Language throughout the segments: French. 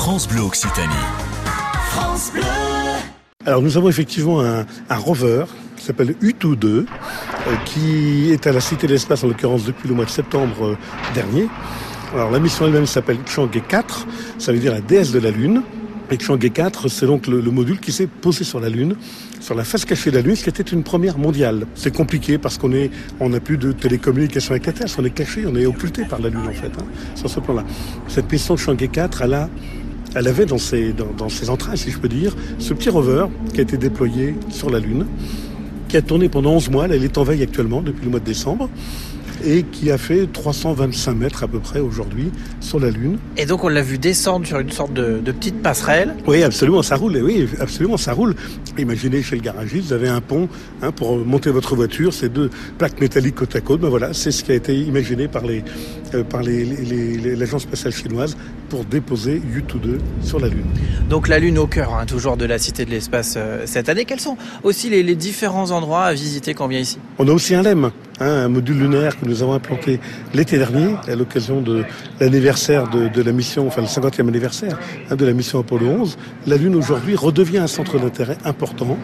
France Bleu Occitanie. France Bleu. Alors nous avons effectivement un rover qui s'appelle U2 qui est à la Cité de l'Espace en l'occurrence depuis le mois de septembre dernier. Alors la mission elle-même s'appelle Chang'e 4, ça veut dire la déesse de la Lune. Et Chang'e 4, c'est donc le module qui s'est posé sur la Lune, sur la face cachée de la Lune, ce qui était une première mondiale. C'est compliqué parce qu'on n'a plus de télécommunication avec la Terre, on est caché, on est occulté par la Lune en fait, sur ce plan-là. Cette mission Chang'e 4, elle avait dans ses entrailles, si je peux dire, ce petit rover qui a été déployé sur la Lune, qui a tourné pendant 11 mois, là, elle est en veille actuellement depuis le mois de décembre, et qui a fait 325 mètres à peu près aujourd'hui sur la Lune. Et donc on l'a vu descendre sur une sorte de petite passerelle. Oui, absolument, ça roule. Oui, absolument, ça roule. Imaginez chez le garagiste, vous avez un pont pour monter votre voiture, ces deux plaques métalliques côte à côte. Ben voilà, c'est ce qui a été imaginé par l'agence spatiale chinoise pour déposer U2 sur la Lune. Donc la Lune au cœur, toujours de la Cité de l'Espace cette année. Quels sont aussi les différents endroits à visiter quand on vient ici ? On a aussi un LEM, un module lunaire que nous avons implanté l'été dernier à l'occasion de l'anniversaire de la mission, enfin le 50e anniversaire de la mission Apollo 11. La Lune aujourd'hui redevient un centre d'intérêt important.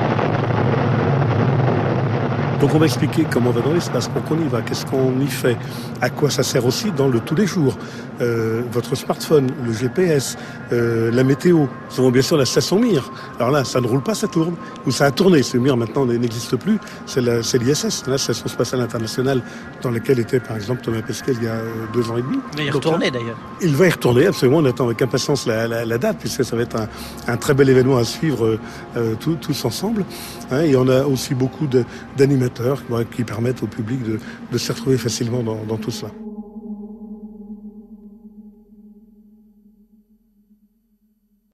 Donc on va expliquer comment on va dans l'espace, pourquoi on y va, qu'est-ce qu'on y fait, à quoi ça sert aussi dans le tous les jours. Votre smartphone, le GPS, la météo, nous avons bien sûr la station Mir. Alors là, ça ne roule pas, ça tourne. Ou ça a tourné, ce Mir maintenant n'existe plus. C'est l'ISS, la Station Spatiale Internationale, dans laquelle était par exemple Thomas Pesquet il y a 2 ans et demi. Il va y retourner d'ailleurs. Il va y retourner, absolument. On attend avec impatience la date, puisque ça va être un très bel événement à suivre tous ensemble. Et on a aussi beaucoup d'animateurs qui permettent au public de se retrouver facilement dans tout cela.